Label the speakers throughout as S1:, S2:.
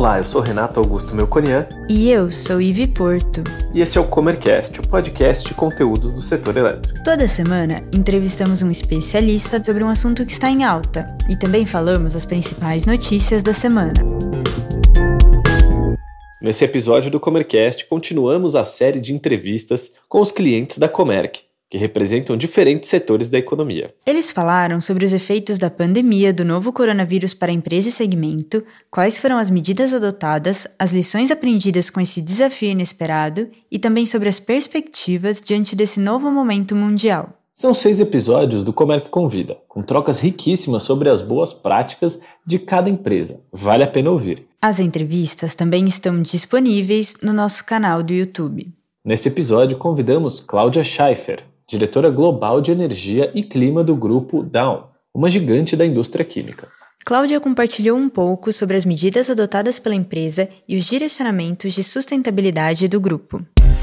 S1: Olá, eu sou Renato Augusto Melconian.
S2: E eu sou Ivi Porto.
S1: E esse é o Comercast, o podcast de conteúdos do setor elétrico.
S2: Toda semana, entrevistamos um especialista sobre um assunto que está em alta e também falamos as principais notícias da semana.
S1: Nesse episódio do Comercast, continuamos a série de entrevistas com os clientes da Comerc, que representam diferentes setores da economia.
S2: Eles falaram sobre os efeitos da pandemia do novo coronavírus para a empresa e segmento, quais foram as medidas adotadas, as lições aprendidas com esse desafio inesperado e também sobre as perspectivas diante desse novo momento mundial.
S1: São 6 episódios do Comerc Convida, com trocas riquíssimas sobre as boas práticas de cada empresa. Vale a pena ouvir.
S2: As entrevistas também estão disponíveis no nosso canal do YouTube.
S1: Nesse episódio, convidamos Cláudia Schaifer, diretora global de energia e clima do grupo Dow, uma gigante da indústria química.
S2: Cláudia compartilhou um pouco sobre as medidas adotadas pela empresa e os direcionamentos de sustentabilidade do grupo.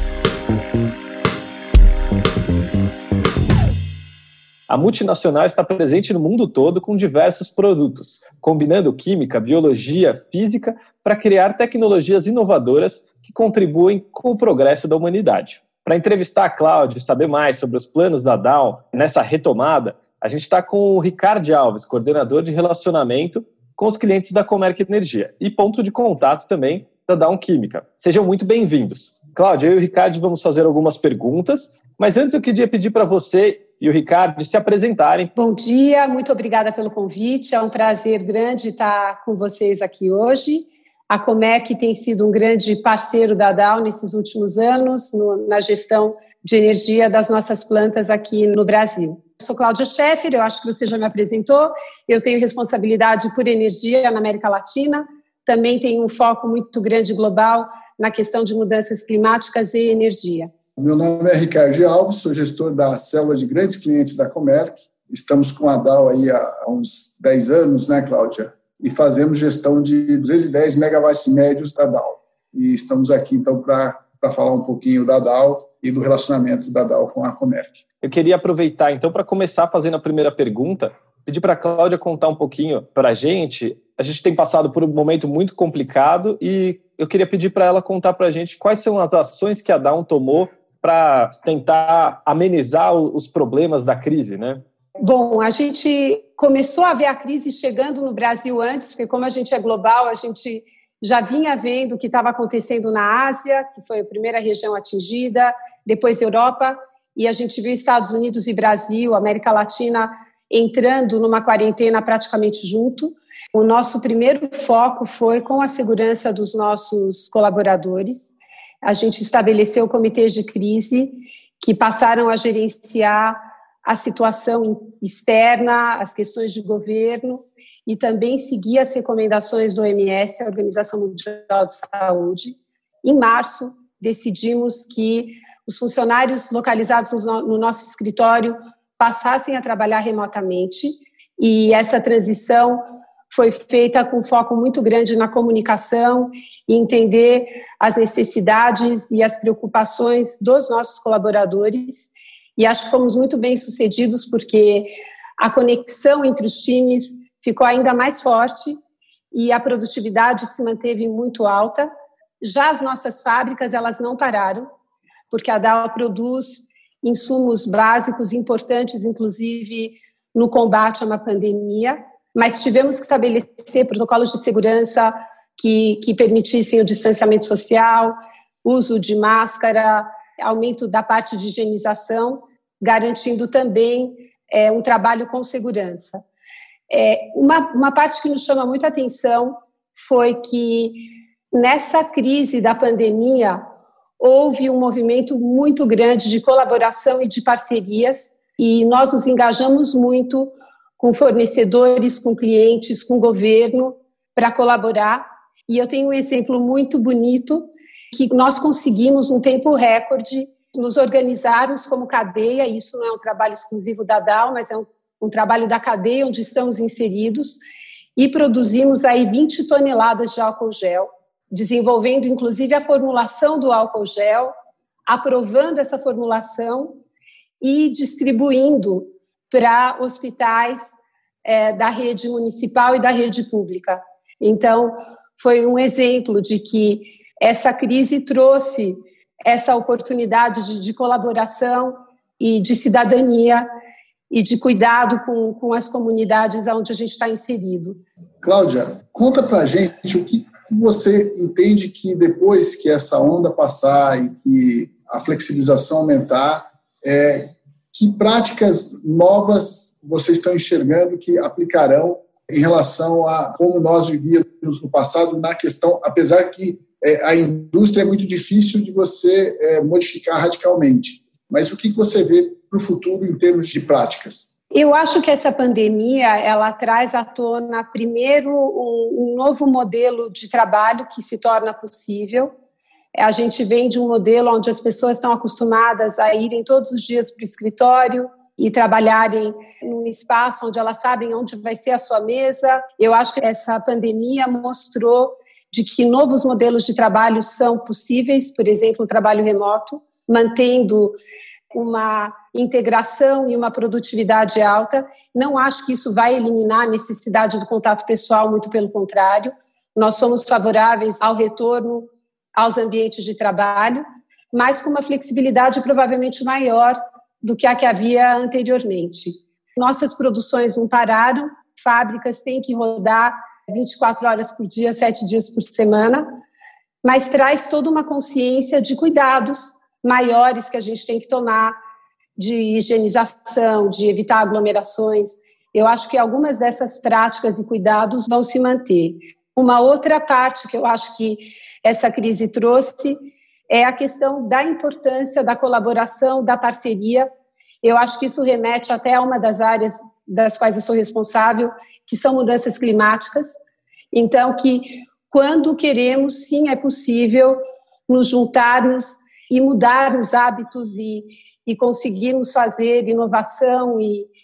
S1: A multinacional está presente no mundo todo com diversos produtos, combinando química, biologia, física para criar tecnologias inovadoras que contribuem com o progresso da humanidade. Para entrevistar a Cláudia e saber mais sobre os planos da Dow nessa retomada, a gente está com o Ricardo Alves, coordenador de relacionamento com os clientes da Comerc Energia e ponto de contato também da Dow Química. Sejam muito bem-vindos. Cláudia, eu e o Ricardo vamos fazer algumas perguntas, mas antes eu queria pedir para você e o Ricardo se apresentarem.
S3: Bom dia, muito obrigada pelo convite. É um prazer grande estar com vocês aqui hoje. A Comerc tem sido um grande parceiro da Dow nesses últimos anos na gestão de energia das nossas plantas aqui no Brasil. Eu sou Cláudia Schaifer, eu acho que você já me apresentou. Eu tenho responsabilidade por energia na América Latina. Também tenho um foco muito grande global na questão de mudanças climáticas e energia.
S4: Meu nome é Ricardo Alves, sou gestor da célula de grandes clientes da Comerc. Estamos com a Dow aí há uns 10 anos, né, Cláudia? E fazemos gestão de 210 megawatts médios da Dow. E estamos aqui, então, para falar um pouquinho da Dow e do relacionamento da Dow com a Comerc.
S1: Eu queria aproveitar, então, para começar fazendo a primeira pergunta, pedir para a Cláudia contar um pouquinho para a gente. A gente tem passado por um momento muito complicado e eu queria pedir para ela contar para a gente quais são as ações que a Dow tomou para tentar amenizar os problemas da crise, né?
S3: Bom, a gente começou a ver a crise chegando no Brasil antes, porque como a gente é global, a gente já vinha vendo o que estava acontecendo na Ásia, que foi a primeira região atingida, depois Europa, e a gente viu Estados Unidos e Brasil, América Latina, entrando numa quarentena praticamente junto. O nosso primeiro foco foi com a segurança dos nossos colaboradores. A gente estabeleceu comitês de crise que passaram a gerenciar a situação externa, as questões de governo e também seguir as recomendações do OMS, a Organização Mundial de Saúde. Em março, decidimos que os funcionários localizados no nosso escritório passassem a trabalhar remotamente e essa transição foi feita com foco muito grande na comunicação e entender as necessidades e as preocupações dos nossos colaboradores. E acho que fomos muito bem sucedidos porque a conexão entre os times ficou ainda mais forte e a produtividade se manteve muito alta. Já as nossas fábricas, elas não pararam, porque a Dow produz insumos básicos importantes, inclusive no combate a uma pandemia, mas tivemos que estabelecer protocolos de segurança que permitissem o distanciamento social, uso de máscara, aumento da parte de higienização, garantindo também um trabalho com segurança. Uma parte que nos chama muita atenção foi que, nessa crise da pandemia, houve um movimento muito grande de colaboração e de parcerias, e nós nos engajamos muito com fornecedores, com clientes, com o governo, para colaborar. E eu tenho um exemplo muito bonito, que nós conseguimos, num tempo recorde, nos organizarmos como cadeia. Isso não é um trabalho exclusivo da Dow, mas é um trabalho da cadeia onde estamos inseridos, e produzimos aí 20 toneladas de álcool gel, desenvolvendo inclusive a formulação do álcool gel, aprovando essa formulação e distribuindo para hospitais da rede municipal e da rede pública. Então, foi um exemplo de que essa crise trouxe essa oportunidade de colaboração e de cidadania e de cuidado com as comunidades onde a gente está inserido.
S4: Cláudia, conta para a gente o que você entende que depois que essa onda passar e que a flexibilização aumentar, que práticas novas vocês estão enxergando que aplicarão em relação a como nós vivíamos no passado na questão, apesar que a indústria é muito difícil de você modificar radicalmente. Mas o que você vê para o futuro em termos de práticas?
S3: Eu acho que essa pandemia, ela traz à tona, primeiro, um novo modelo de trabalho que se torna possível. A gente vem de um modelo onde as pessoas estão acostumadas a irem todos os dias para o escritório e trabalharem num espaço onde elas sabem onde vai ser a sua mesa. Eu acho que essa pandemia mostrou de que novos modelos de trabalho são possíveis, por exemplo, o trabalho remoto, mantendo uma integração e uma produtividade alta. Não acho que isso vai eliminar a necessidade do contato pessoal, muito pelo contrário. Nós somos favoráveis ao retorno aos ambientes de trabalho, mas com uma flexibilidade provavelmente maior do que a que havia anteriormente. Nossas produções não pararam, fábricas têm que rodar 24 horas por dia, 7 dias por semana, mas traz toda uma consciência de cuidados maiores que a gente tem que tomar, de higienização, de evitar aglomerações. Eu acho que algumas dessas práticas e cuidados vão se manter. Uma outra parte que eu acho que essa crise trouxe é a questão da importância da colaboração, da parceria. Eu acho que isso remete até a uma das áreas das quais eu sou responsável, que são mudanças climáticas. Então, que quando queremos, sim, é possível nos juntarmos e mudar os hábitos e conseguirmos fazer inovação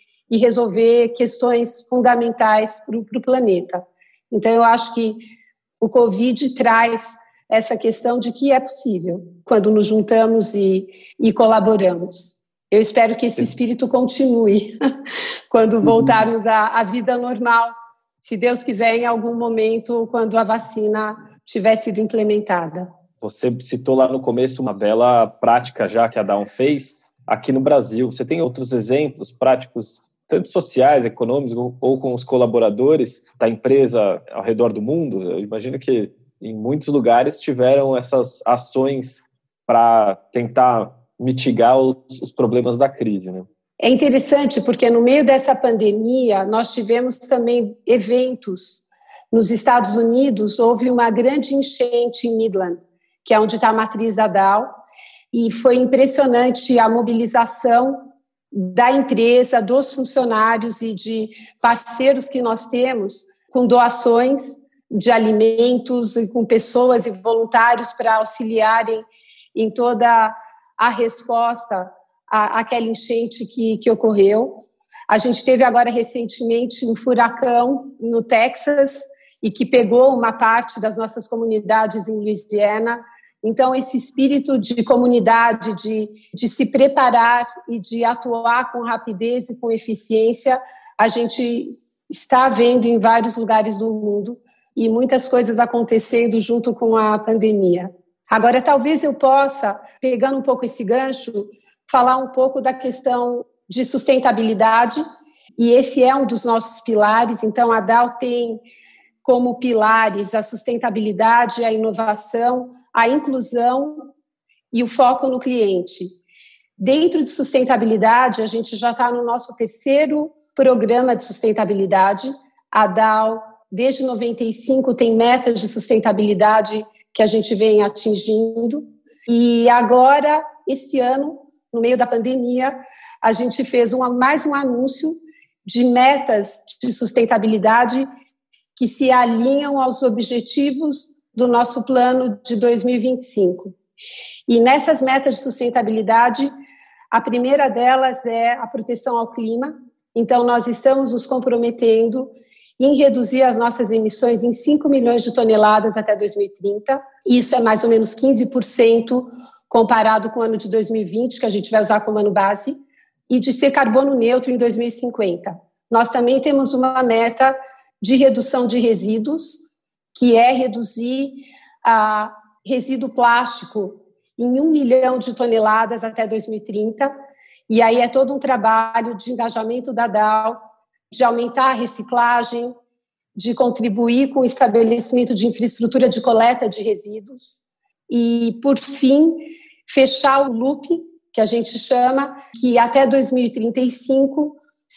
S3: e resolver questões fundamentais para o planeta. Então, eu acho que o Covid traz essa questão de que é possível quando nos juntamos e colaboramos. Eu espero que esse espírito continue quando voltarmos à vida normal, se Deus quiser, em algum momento, quando a vacina tiver sido implementada.
S1: Você citou lá no começo uma bela prática já que a Down fez aqui no Brasil. Você tem outros exemplos práticos, tanto sociais, econômicos, ou com os colaboradores da empresa ao redor do mundo? Eu imagino que em muitos lugares tiveram essas ações para tentar mitigar os problemas da crise, né?
S3: É interessante porque no meio dessa pandemia nós tivemos também eventos. Nos Estados Unidos houve uma grande enchente em Midland, que é onde está a matriz da Dow, e foi impressionante a mobilização da empresa, dos funcionários e de parceiros que nós temos com doações de alimentos e com pessoas e voluntários para auxiliarem em toda a resposta àquela enchente que ocorreu. A gente teve agora recentemente um furacão no Texas e que pegou uma parte das nossas comunidades em Louisiana. Então, esse espírito de comunidade, de se preparar e de atuar com rapidez e com eficiência, a gente está vendo em vários lugares do mundo e muitas coisas acontecendo junto com a pandemia. Agora, talvez eu possa, pegando um pouco esse gancho, falar um pouco da questão de sustentabilidade, e esse é um dos nossos pilares. Então, a Dow tem como pilares a sustentabilidade, a inovação, a inclusão e o foco no cliente. Dentro de sustentabilidade, a gente já está no nosso 3º programa de sustentabilidade. A Dow, desde 95, tem metas de sustentabilidade que a gente vem atingindo. E agora, esse ano, no meio da pandemia, a gente fez mais um anúncio de metas de sustentabilidade que se alinham aos objetivos do nosso plano de 2025. E nessas metas de sustentabilidade, a primeira delas é a proteção ao clima. Então, nós estamos nos comprometendo em reduzir as nossas emissões em 5 milhões de toneladas até 2030. Isso é mais ou menos 15% comparado com o ano de 2020, que a gente vai usar como ano base, e de ser carbono neutro em 2050. Nós também temos uma meta de redução de resíduos, que é reduzir a resíduo plástico em 1 milhão de toneladas até 2030. E aí é todo um trabalho de engajamento da Dow, de aumentar a reciclagem, de contribuir com o estabelecimento de infraestrutura de coleta de resíduos e, por fim, fechar o loop, que a gente chama, que até 2035,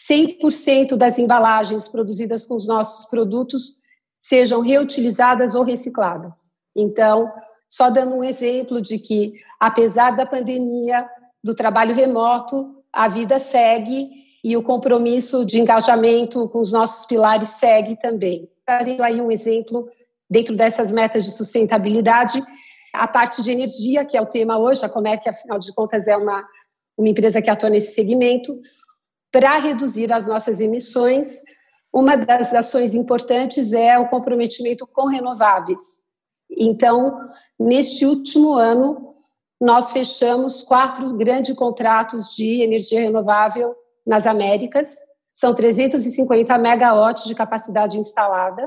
S3: 100% das embalagens produzidas com os nossos produtos sejam reutilizadas ou recicladas. Então, só dando um exemplo de que, apesar da pandemia, do trabalho remoto, a vida segue e o compromisso de engajamento com os nossos pilares segue também. Trazendo aí um exemplo, dentro dessas metas de sustentabilidade, a parte de energia, que é o tema hoje, a Comerc, afinal de contas, é uma empresa que atua nesse segmento, para reduzir as nossas emissões. Uma das ações importantes é o comprometimento com renováveis. Então, neste último ano, nós fechamos 4 grandes contratos de energia renovável nas Américas, são 350 megawatts de capacidade instalada,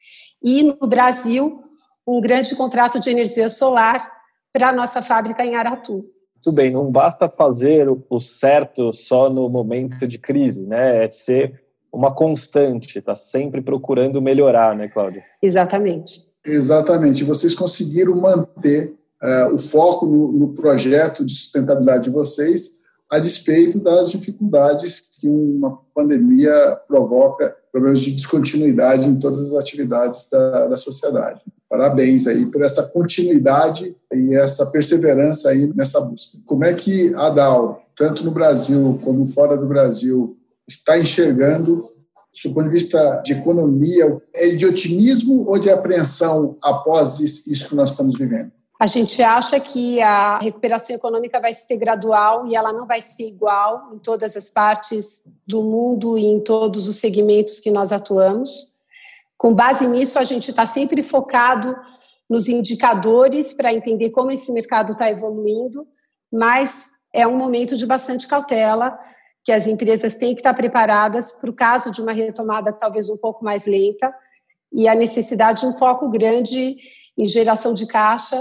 S3: e no Brasil, um grande contrato de energia solar para a nossa fábrica em Aratu.
S1: Tudo bem, não basta fazer o certo só no momento de crise, né? É ser uma constante, está sempre procurando melhorar, né, Cláudia?
S3: Exatamente.
S4: Exatamente. Vocês conseguiram manter o foco no projeto de sustentabilidade de vocês, a despeito das dificuldades que uma pandemia provoca, problemas de descontinuidade em todas as atividades da sociedade. Parabéns aí por essa continuidade e essa perseverança aí nessa busca. Como é que a Dow, tanto no Brasil como fora do Brasil, está enxergando, do ponto de vista de economia, é de otimismo ou de apreensão após isso que nós estamos vivendo?
S3: A gente acha que a recuperação econômica vai ser gradual e ela não vai ser igual em todas as partes do mundo e em todos os segmentos que nós atuamos. Com base nisso, a gente está sempre focado nos indicadores para entender como esse mercado está evoluindo, mas é um momento de bastante cautela, que as empresas têm que estar preparadas para o caso de uma retomada talvez um pouco mais lenta e a necessidade de um foco grande em geração de caixa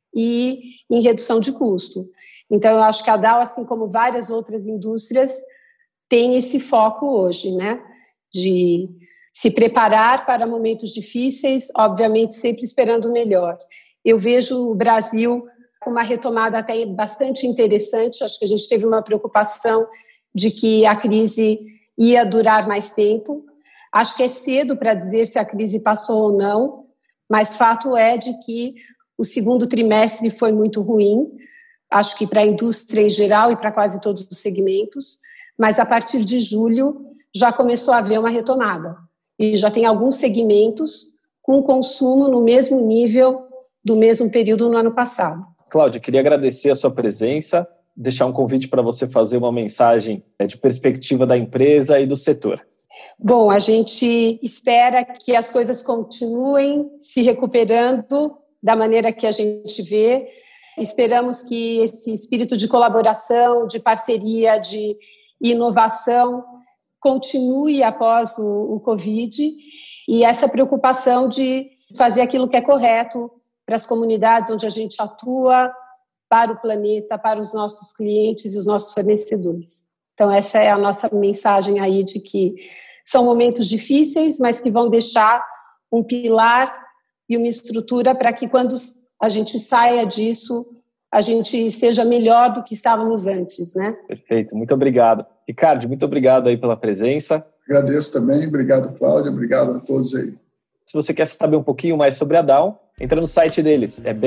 S3: e em redução de custo. Então, eu acho que a Dow, assim como várias outras indústrias, tem esse foco hoje, né? De se preparar para momentos difíceis, obviamente sempre esperando o melhor. Eu vejo o Brasil com uma retomada até bastante interessante. Acho que a gente teve uma preocupação de que a crise ia durar mais tempo. Acho que é cedo para dizer se a crise passou ou não, mas fato é de que o segundo trimestre foi muito ruim, acho que para a indústria em geral e para quase todos os segmentos, mas a partir de julho já começou a haver uma retomada. E já tem alguns segmentos com consumo no mesmo nível do mesmo período no ano passado.
S1: Cláudia, queria agradecer a sua presença, deixar um convite para você fazer uma mensagem de perspectiva da empresa e do setor.
S3: Bom, a gente espera que as coisas continuem se recuperando da maneira que a gente vê. Esperamos que esse espírito de colaboração, de parceria, de inovação continue após o Covid e essa preocupação de fazer aquilo que é correto para as comunidades onde a gente atua, para o planeta, para os nossos clientes e os nossos fornecedores. Então, essa é a nossa mensagem aí de que são momentos difíceis, mas que vão deixar um pilar e uma estrutura para que quando a gente saia disso, a gente seja melhor do que estávamos antes, né?
S1: Perfeito, muito obrigado. Ricardo, muito obrigado aí pela presença.
S4: Agradeço também, obrigado Cláudia, obrigado a todos aí.
S1: Se você quer saber um pouquinho mais sobre a Dow, entra no site deles, é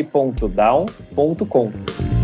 S1: br.dow.com.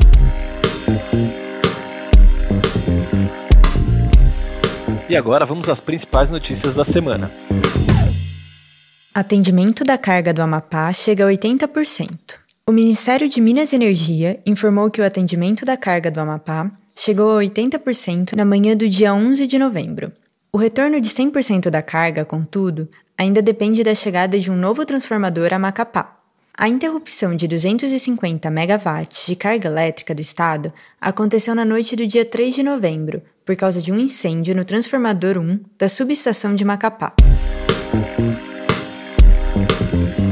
S1: E agora vamos às principais notícias da semana.
S2: Atendimento da carga do Amapá chega a 80%. O Ministério de Minas e Energia informou que o atendimento da carga do Amapá chegou a 80% na manhã do dia 11 de novembro. O retorno de 100% da carga, contudo, ainda depende da chegada de um novo transformador a Macapá. A interrupção de 250 megawatts de carga elétrica do estado aconteceu na noite do dia 3 de novembro, por causa de um incêndio no transformador 1 da subestação de Macapá.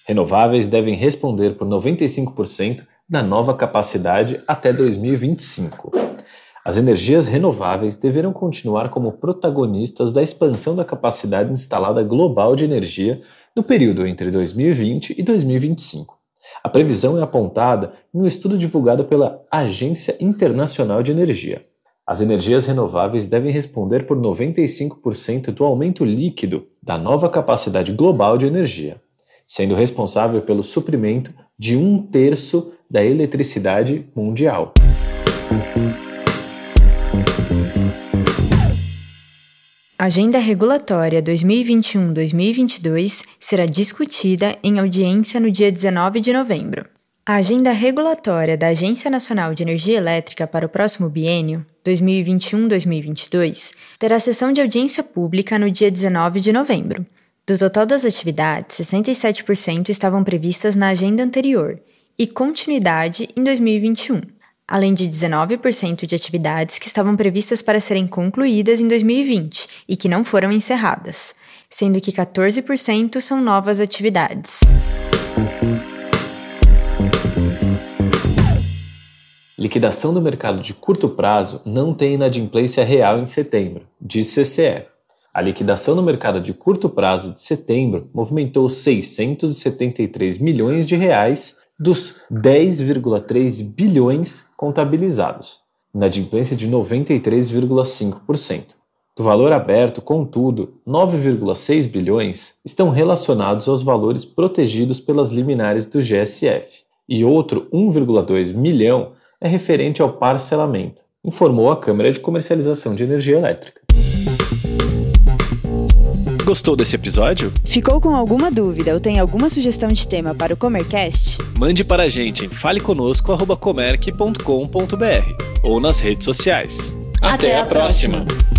S1: Renováveis devem responder por 95% da nova capacidade até 2025. As energias renováveis deverão continuar como protagonistas da expansão da capacidade instalada global de energia no período entre 2020 e 2025. A previsão é apontada em um estudo divulgado pela Agência Internacional de Energia. As energias renováveis devem responder por 95% do aumento líquido da nova capacidade global de energia, sendo responsável pelo suprimento de 1/3 da eletricidade mundial.
S2: A Agenda Regulatória 2021-2022 será discutida em audiência no dia 19 de novembro. A Agenda Regulatória da Agência Nacional de Energia Elétrica para o próximo biênio, 2021-2022, terá sessão de audiência pública no dia 19 de novembro. Do total das atividades, 67% estavam previstas na agenda anterior e continuidade em 2021, além de 19% de atividades que estavam previstas para serem concluídas em 2020 e que não foram encerradas, sendo que 14% são novas atividades.
S1: Liquidação do mercado de curto prazo não tem inadimplência real em setembro, diz CCE. A liquidação no mercado de curto prazo de setembro movimentou 673 milhões de reais dos 10,3 bilhões contabilizados, inadimplência de 93,5%. Do valor aberto, contudo, 9,6 bilhões estão relacionados aos valores protegidos pelas liminares do GSF, e outro 1,2 milhão é referente ao parcelamento, informou a Câmara de Comercialização de Energia Elétrica. Gostou desse episódio?
S2: Ficou com alguma dúvida ou tem alguma sugestão de tema para o Comercast?
S1: Mande para a gente em faleconosco@comerc.com.br ou nas redes sociais. Até a próxima!